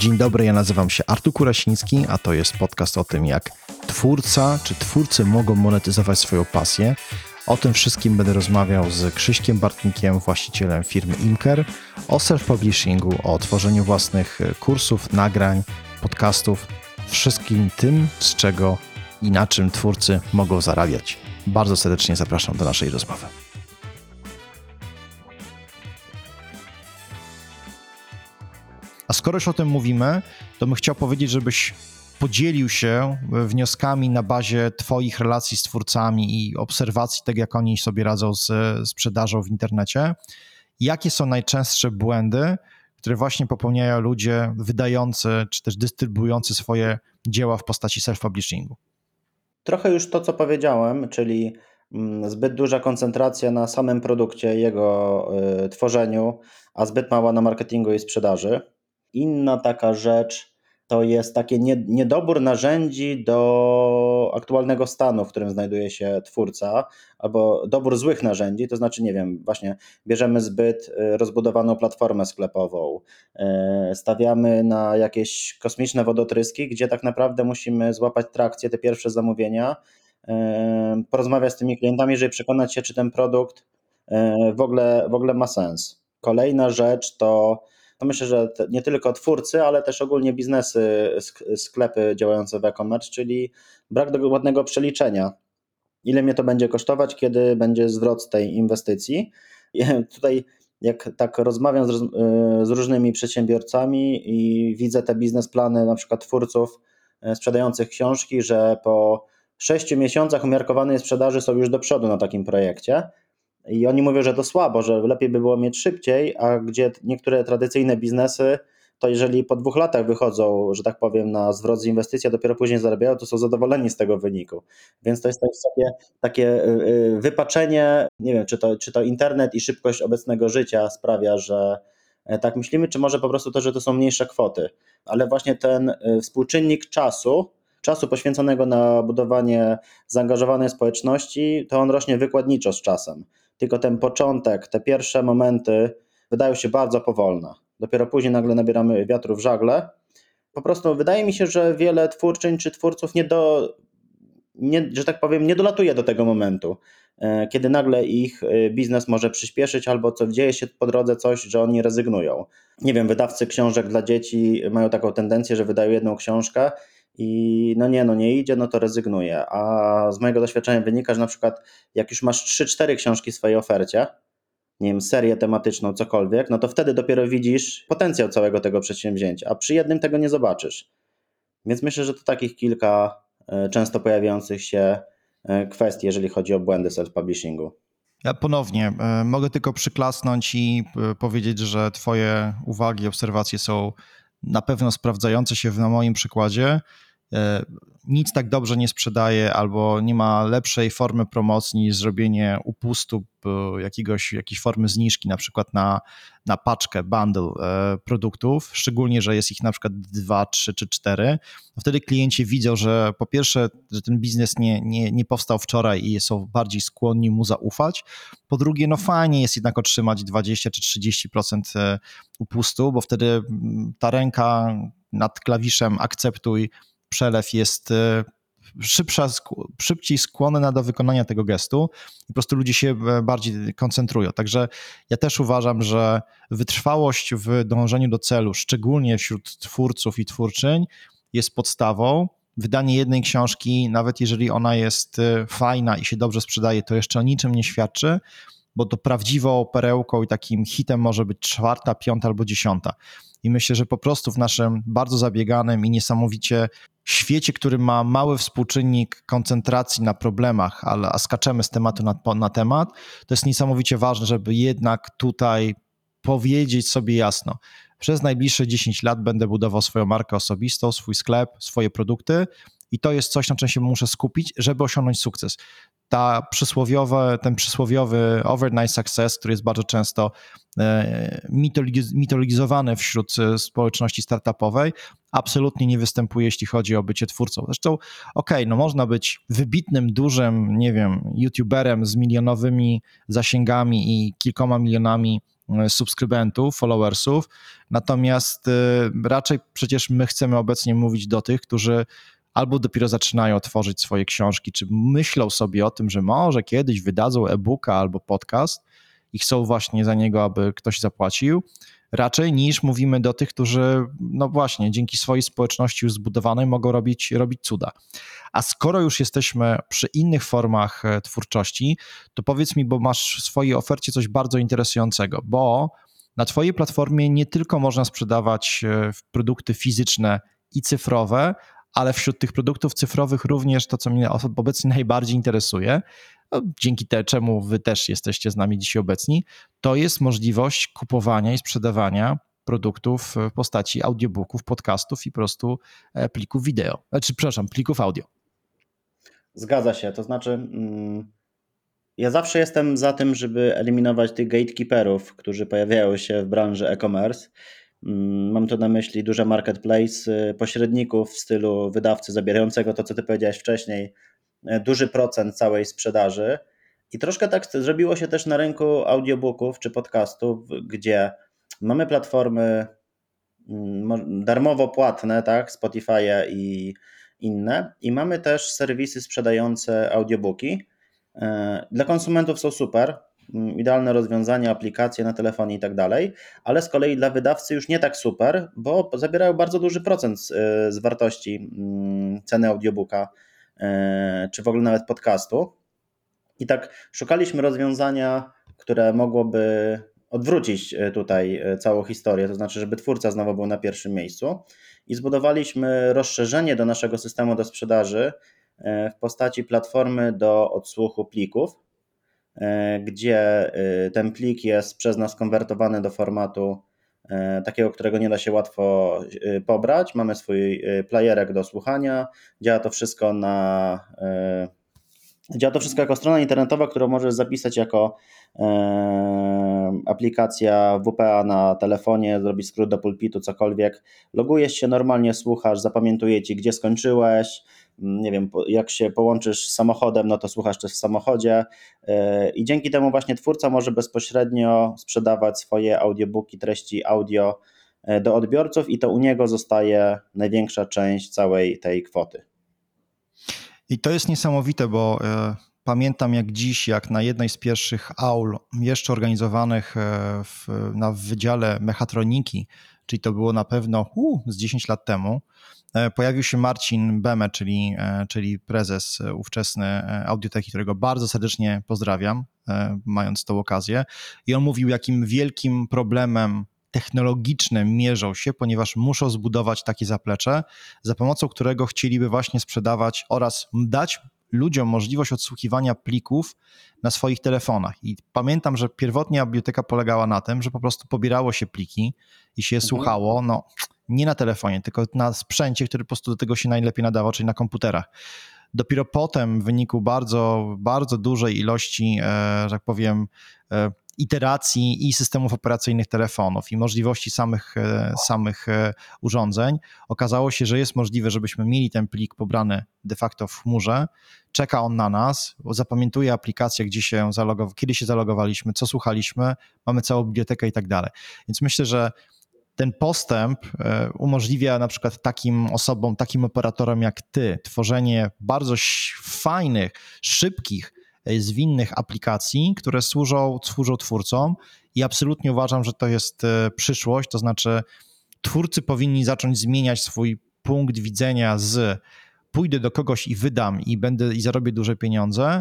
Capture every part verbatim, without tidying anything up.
Dzień dobry, ja nazywam się Artur Kurasiński, a to jest podcast o tym, jak twórca czy twórcy mogą monetyzować swoją pasję. O tym wszystkim będę rozmawiał z Krzyśkiem Bartnikiem, właścicielem firmy Imker, o self-publishingu, o tworzeniu własnych kursów, nagrań, podcastów, wszystkim tym, z czego i na czym twórcy mogą zarabiać. Bardzo serdecznie zapraszam do naszej rozmowy. A skoro już o tym mówimy, to bym chciał powiedzieć, żebyś podzielił się wnioskami na bazie twoich relacji z twórcami i obserwacji tego, jak oni sobie radzą z sprzedażą w internecie. Jakie są najczęstsze błędy, które właśnie popełniają ludzie wydający czy też dystrybuujący swoje dzieła w postaci self-publishingu? Trochę już to, co powiedziałem, czyli zbyt duża koncentracja na samym produkcie, jego y, tworzeniu, a zbyt mała na marketingu i sprzedaży. Inna taka rzecz to jest taki nie, niedobór narzędzi do aktualnego stanu, w którym znajduje się twórca, albo dobór złych narzędzi, to znaczy, nie wiem, właśnie bierzemy zbyt rozbudowaną platformę sklepową, stawiamy na jakieś kosmiczne wodotryski, gdzie tak naprawdę musimy złapać trakcję, te pierwsze zamówienia, porozmawiać z tymi klientami, żeby przekonać się, czy ten produkt w ogóle, w ogóle ma sens. Kolejna rzecz to To myślę, że nie tylko twórcy, ale też ogólnie biznesy, sklepy działające w e-commerce, czyli brak dokładnego przeliczenia. Ile mnie to będzie kosztować, kiedy będzie zwrot z tej inwestycji. I tutaj jak tak rozmawiam z, z różnymi przedsiębiorcami i widzę te biznesplany na przykład twórców sprzedających książki, że po sześciu miesiącach umiarkowanej sprzedaży są już do przodu na takim projekcie. I oni mówią, że to słabo, że lepiej by było mieć szybciej, a gdzie niektóre tradycyjne biznesy, to jeżeli po dwóch latach wychodzą, że tak powiem, na zwrot z inwestycji, a dopiero później zarabiają, to są zadowoleni z tego wyniku. Więc to jest takie, takie wypaczenie, nie wiem, czy to, czy to internet i szybkość obecnego życia sprawia, że tak myślimy, czy może po prostu to, że to są mniejsze kwoty. Ale właśnie ten współczynnik czasu, czasu poświęconego na budowanie zaangażowanej społeczności, to on rośnie wykładniczo z czasem. Tylko ten początek, te pierwsze momenty wydają się bardzo powolne. Dopiero później nagle nabieramy wiatru w żagle. Po prostu wydaje mi się, że wiele twórczyń czy twórców nie do, nie, że tak powiem, nie dolatuje do tego momentu, kiedy nagle ich biznes może przyspieszyć albo co dzieje się po drodze coś, że oni rezygnują. Nie wiem, wydawcy książek dla dzieci mają taką tendencję, że wydają jedną książkę i no nie, no nie idzie, no to rezygnuje. A z mojego doświadczenia wynika, że na przykład jak już masz trzy cztery książki w swojej ofercie, nie wiem, serię tematyczną, cokolwiek, no to wtedy dopiero widzisz potencjał całego tego przedsięwzięcia, a przy jednym tego nie zobaczysz. Więc myślę, że to takich kilka często pojawiających się kwestii, jeżeli chodzi o błędy self-publishingu. Ja ponownie mogę tylko przyklasnąć i powiedzieć, że twoje uwagi, obserwacje są na pewno sprawdzające się na moim przykładzie. Nic tak dobrze nie sprzedaje albo nie ma lepszej formy promocji niż zrobienie upustu jakiegoś, jakiejś formy zniżki, na przykład na, na paczkę, bundle produktów, szczególnie, że jest ich na przykład dwa, trzy czy cztery. Wtedy klienci widzą, że po pierwsze, że ten biznes nie, nie, nie powstał wczoraj i są bardziej skłonni mu zaufać. Po drugie, no fajnie jest jednak otrzymać dwadzieścia czy trzydzieści procent upustu, bo wtedy ta ręka nad klawiszem akceptuj przelew jest szybsza, szybciej skłonna do wykonania tego gestu i po prostu ludzie się bardziej koncentrują. Także ja też uważam, że wytrwałość w dążeniu do celu, szczególnie wśród twórców i twórczyń, jest podstawą. Wydanie jednej książki, nawet jeżeli ona jest fajna i się dobrze sprzedaje, to jeszcze o niczym nie świadczy, bo to prawdziwą perełką i takim hitem może być czwarta, piąta albo dziesiąta. I myślę, że po prostu w naszym bardzo zabieganym i niesamowicie świecie, który ma mały współczynnik koncentracji na problemach, ale a skaczemy z tematu na, na temat, to jest niesamowicie ważne, żeby jednak tutaj powiedzieć sobie jasno, przez najbliższe dziesięć lat będę budował swoją markę osobistą, swój sklep, swoje produkty i to jest coś, na czym się muszę skupić, żeby osiągnąć sukces. Ta przysłowiowe, ten przysłowiowy overnight success, który jest bardzo często mitologizowany wśród społeczności startupowej, absolutnie nie występuje, jeśli chodzi o bycie twórcą. Zresztą okej, okay, no można być wybitnym, dużym, nie wiem, youtuberem z milionowymi zasięgami i kilkoma milionami subskrybentów, followersów, natomiast raczej przecież my chcemy obecnie mówić do tych, którzy albo dopiero zaczynają tworzyć swoje książki, czy myślą sobie o tym, że może kiedyś wydadzą e-booka albo podcast i chcą właśnie za niego, aby ktoś zapłacił, raczej niż mówimy do tych, którzy no właśnie dzięki swojej społeczności już zbudowanej mogą robić, robić cuda. A skoro już jesteśmy przy innych formach twórczości, to powiedz mi, bo masz w swojej ofercie coś bardzo interesującego, bo na twojej platformie nie tylko można sprzedawać produkty fizyczne i cyfrowe, ale wśród tych produktów cyfrowych również to, co mnie obecnie najbardziej interesuje, no, dzięki te, czemu wy też jesteście z nami dzisiaj obecni, to jest możliwość kupowania i sprzedawania produktów w postaci audiobooków, podcastów i po prostu plików wideo, znaczy, przepraszam, plików audio. Zgadza się, to znaczy mm, ja zawsze jestem za tym, żeby eliminować tych gatekeeperów, którzy pojawiają się w branży e-commerce. Mam tu na myśli duże marketplace, pośredników w stylu wydawcy zabierającego to, co ty powiedziałeś wcześniej, duży procent całej sprzedaży. I troszkę tak zrobiło się też na rynku audiobooków czy podcastów, gdzie mamy platformy darmowo płatne, tak, Spotify i inne, i mamy też serwisy sprzedające audiobooki. Dla konsumentów są super, idealne rozwiązania, aplikacje na telefonie i tak dalej, ale z kolei dla wydawcy już nie tak super, bo zabierają bardzo duży procent z, z wartości ceny audiobooka, czy w ogóle nawet podcastu. I tak szukaliśmy rozwiązania, które mogłoby odwrócić tutaj całą historię, to znaczy, żeby twórca znowu był na pierwszym miejscu, i zbudowaliśmy rozszerzenie do naszego systemu do sprzedaży w postaci platformy do odsłuchu plików, gdzie ten plik jest przez nas konwertowany do formatu takiego, którego nie da się łatwo pobrać. Mamy swój playerek do słuchania, działa to wszystko na... Działa to wszystko jako strona internetowa, którą możesz zapisać jako e, aplikacja W P A na telefonie, zrobić skrót do pulpitu, cokolwiek. Logujesz się normalnie, słuchasz, zapamiętuje ci, gdzie skończyłeś, nie wiem, jak się połączysz z samochodem, no to słuchasz też w samochodzie e, i dzięki temu właśnie twórca może bezpośrednio sprzedawać swoje audiobooki, treści audio do odbiorców i to u niego zostaje największa część całej tej kwoty. I to jest niesamowite, bo y, pamiętam jak dziś, jak na jednej z pierwszych aul jeszcze organizowanych y, w, na Wydziale Mechatroniki, czyli to było na pewno uh, z dziesięć lat temu, y, pojawił się Marcin Beme, czyli, y, czyli prezes y, ówczesny y, Audioteki, którego bardzo serdecznie pozdrawiam, y, mając tą okazję. I on mówił, jakim wielkim problemem technologiczne mierzą się, ponieważ muszą zbudować takie zaplecze, za pomocą którego chcieliby właśnie sprzedawać oraz dać ludziom możliwość odsłuchiwania plików na swoich telefonach. I pamiętam, że pierwotnie audioteka polegała na tym, że po prostu pobierało się pliki i się je mhm. słuchało, no nie na telefonie, tylko na sprzęcie, który po prostu do tego się najlepiej nadawał, czyli na komputerach. Dopiero potem w wyniku bardzo, bardzo dużej ilości, e, że tak powiem, e, iteracji i systemów operacyjnych telefonów i możliwości samych, samych urządzeń, okazało się, że jest możliwe, żebyśmy mieli ten plik pobrany de facto w chmurze, czeka on na nas, zapamiętuje aplikację, gdzie się zalogow- kiedy się zalogowaliśmy, co słuchaliśmy, mamy całą bibliotekę i tak dalej. Więc myślę, że ten postęp umożliwia na przykład takim osobom, takim operatorom jak ty, tworzenie bardzo fajnych, szybkich, zwinnych aplikacji, które służą, służą twórcom i absolutnie uważam, że to jest przyszłość, to znaczy twórcy powinni zacząć zmieniać swój punkt widzenia z pójdę do kogoś i wydam i będę i zarobię duże pieniądze,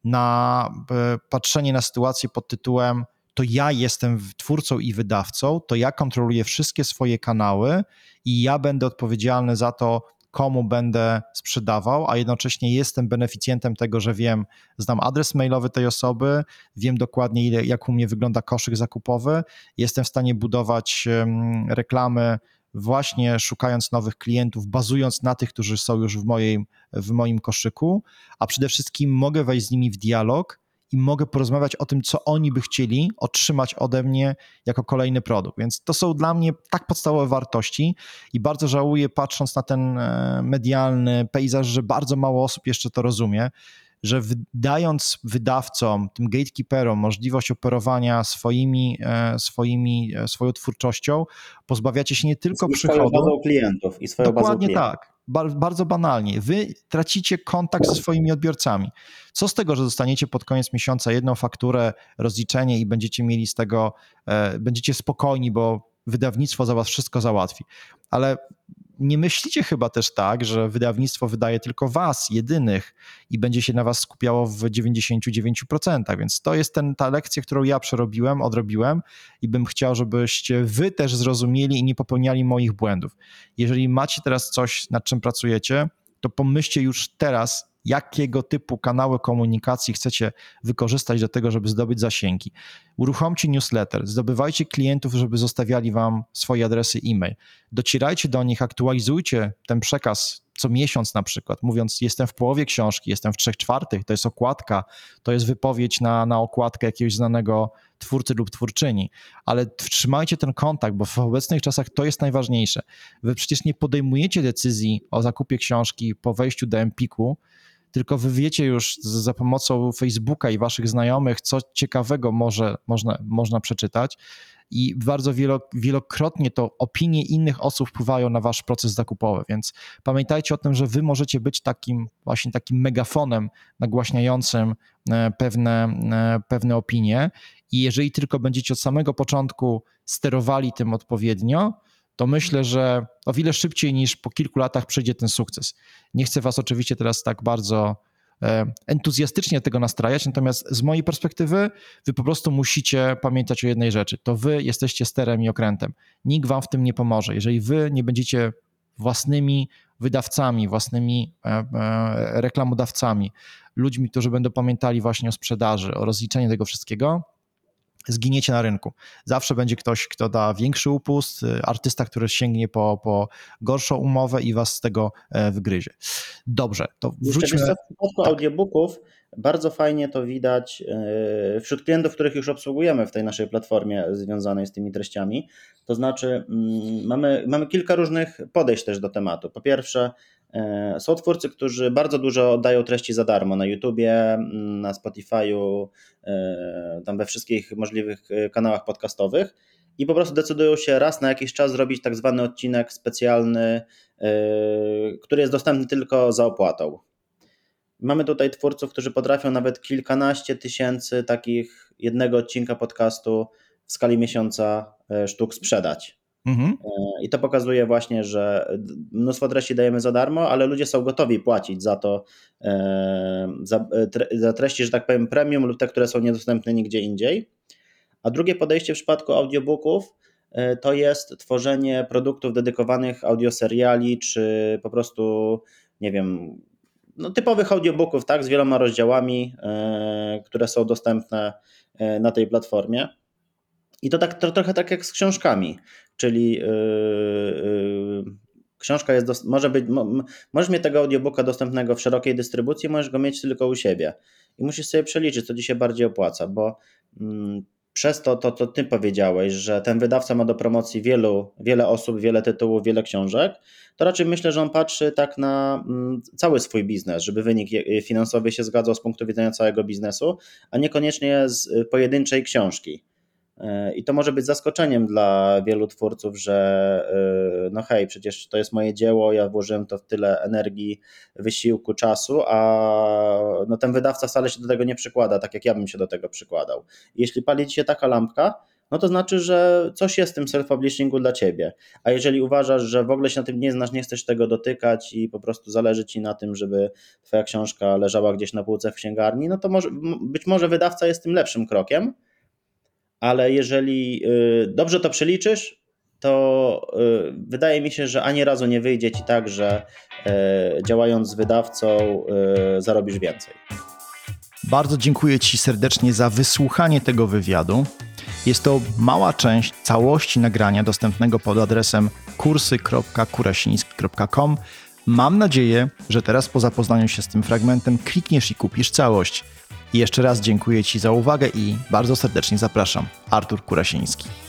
na patrzenie na sytuację pod tytułem to ja jestem twórcą i wydawcą, to ja kontroluję wszystkie swoje kanały i ja będę odpowiedzialny za to, komu będę sprzedawał, a jednocześnie jestem beneficjentem tego, że wiem, znam adres mailowy tej osoby, wiem dokładnie, ile, jak u mnie wygląda koszyk zakupowy, jestem w stanie budować um, reklamy właśnie szukając nowych klientów, bazując na tych, którzy są już w, mojej, w moim koszyku, a przede wszystkim mogę wejść z nimi w dialog i mogę porozmawiać o tym, co oni by chcieli otrzymać ode mnie jako kolejny produkt. Więc to są dla mnie tak podstawowe wartości i bardzo żałuję, patrząc na ten medialny pejzaż, że bardzo mało osób jeszcze to rozumie. że dając wydawcom, tym gatekeeperom możliwość operowania swoimi, swoimi, swoją twórczością, pozbawiacie się nie tylko I przychodu. swoją bazą klientów. I swoją Dokładnie bazą klientów. tak. Bardzo banalnie. Wy tracicie kontakt ze swoimi odbiorcami. Co z tego, że dostaniecie pod koniec miesiąca jedną fakturę, rozliczenie i będziecie mieli z tego, e, będziecie spokojni, bo wydawnictwo za was wszystko załatwi. Ale nie myślicie chyba też tak, że wydawnictwo wydaje tylko was, jedynych i będzie się na was skupiało w dziewięćdziesiąt dziewięć procent, więc to jest ten, ta lekcja, którą ja przerobiłem, odrobiłem i bym chciał, żebyście wy też zrozumieli i nie popełniali moich błędów. Jeżeli macie teraz coś, nad czym pracujecie, to pomyślcie już teraz, jakiego typu kanały komunikacji chcecie wykorzystać do tego, żeby zdobyć zasięgi. Uruchomcie newsletter, zdobywajcie klientów, żeby zostawiali wam swoje adresy e-mail. Docierajcie do nich, aktualizujcie ten przekaz co miesiąc na przykład, mówiąc jestem w połowie książki, jestem w trzech czwartych, to jest okładka, to jest wypowiedź na, na okładkę jakiegoś znanego twórcy lub twórczyni, ale trzymajcie ten kontakt, bo w obecnych czasach to jest najważniejsze. Wy przecież nie podejmujecie decyzji o zakupie książki po wejściu do Empiku, tylko wy wiecie już za pomocą Facebooka i waszych znajomych, co ciekawego może, można, można przeczytać i bardzo wielo, wielokrotnie to opinie innych osób wpływają na wasz proces zakupowy, więc pamiętajcie o tym, że wy możecie być takim właśnie takim megafonem nagłaśniającym pewne, pewne opinie i jeżeli tylko będziecie od samego początku sterowali tym odpowiednio, to myślę, że o wiele szybciej niż po kilku latach przyjdzie ten sukces. Nie chcę was oczywiście teraz tak bardzo entuzjastycznie tego nastrajać, natomiast z mojej perspektywy wy po prostu musicie pamiętać o jednej rzeczy. To wy jesteście sterem i okrętem. Nikt wam w tym nie pomoże. Jeżeli wy nie będziecie własnymi wydawcami, własnymi reklamodawcami, ludźmi, którzy będą pamiętali właśnie o sprzedaży, o rozliczeniu tego wszystkiego, zginiecie na rynku. Zawsze będzie ktoś, kto da większy upust, artysta, który sięgnie po, po gorszą umowę i was z tego wygryzie. Dobrze, to wróćmy... Jeszcze w przypadku tak. audiobooków bardzo fajnie to widać wśród klientów, których już obsługujemy w tej naszej platformie związanej z tymi treściami. To znaczy mamy, mamy kilka różnych podejść też do tematu. Po pierwsze, są twórcy, którzy bardzo dużo oddają treści za darmo na YouTubie, na Spotify'u, tam we wszystkich możliwych kanałach podcastowych i po prostu decydują się raz na jakiś czas zrobić tak zwany odcinek specjalny, który jest dostępny tylko za opłatą. Mamy tutaj twórców, którzy potrafią nawet kilkanaście tysięcy takich jednego odcinka podcastu w skali miesiąca sztuk sprzedać. Mhm. I to pokazuje właśnie, że mnóstwo treści dajemy za darmo, ale ludzie są gotowi płacić za to, za, za treści, że tak powiem premium lub te, które są niedostępne nigdzie indziej. A drugie podejście w przypadku audiobooków to jest tworzenie produktów dedykowanych audioseriali, czy po prostu, nie wiem, no typowych audiobooków, tak, z wieloma rozdziałami, które są dostępne na tej platformie. I to tak to trochę tak jak z książkami, czyli yy, yy, książka jest, dos- może być, mo, możesz mieć tego audiobooka dostępnego w szerokiej dystrybucji, możesz go mieć tylko u siebie i musisz sobie przeliczyć, co ci się bardziej opłaca, bo mm, przez to, to, to ty powiedziałeś, że ten wydawca ma do promocji wielu, wiele osób, wiele tytułów, wiele książek, to raczej myślę, że on patrzy tak na mm, cały swój biznes, żeby wynik finansowy się zgadzał z punktu widzenia całego biznesu, a niekoniecznie z pojedynczej książki. I to może być zaskoczeniem dla wielu twórców, że no hej, przecież to jest moje dzieło, ja włożyłem to w tyle energii, wysiłku, czasu, a no ten wydawca wcale się do tego nie przykłada, tak jak ja bym się do tego przykładał. Jeśli pali ci się taka lampka, no to znaczy, że coś jest w tym self-publishingu dla ciebie. A jeżeli uważasz, że w ogóle się na tym nie znasz, nie chcesz tego dotykać i po prostu zależy ci na tym, żeby twoja książka leżała gdzieś na półce w księgarni, no to może, być może wydawca jest tym lepszym krokiem, ale jeżeli dobrze to przeliczysz, to wydaje mi się, że ani razu nie wyjdzie ci tak, że działając z wydawcą zarobisz więcej. Bardzo dziękuję ci serdecznie za wysłuchanie tego wywiadu. Jest to mała część całości nagrania dostępnego pod adresem kursy kropka kurasiński kropka com. Mam nadzieję, że teraz po zapoznaniu się z tym fragmentem klikniesz i kupisz całość. I jeszcze raz dziękuję ci za uwagę i bardzo serdecznie zapraszam. Artur Kurasiński.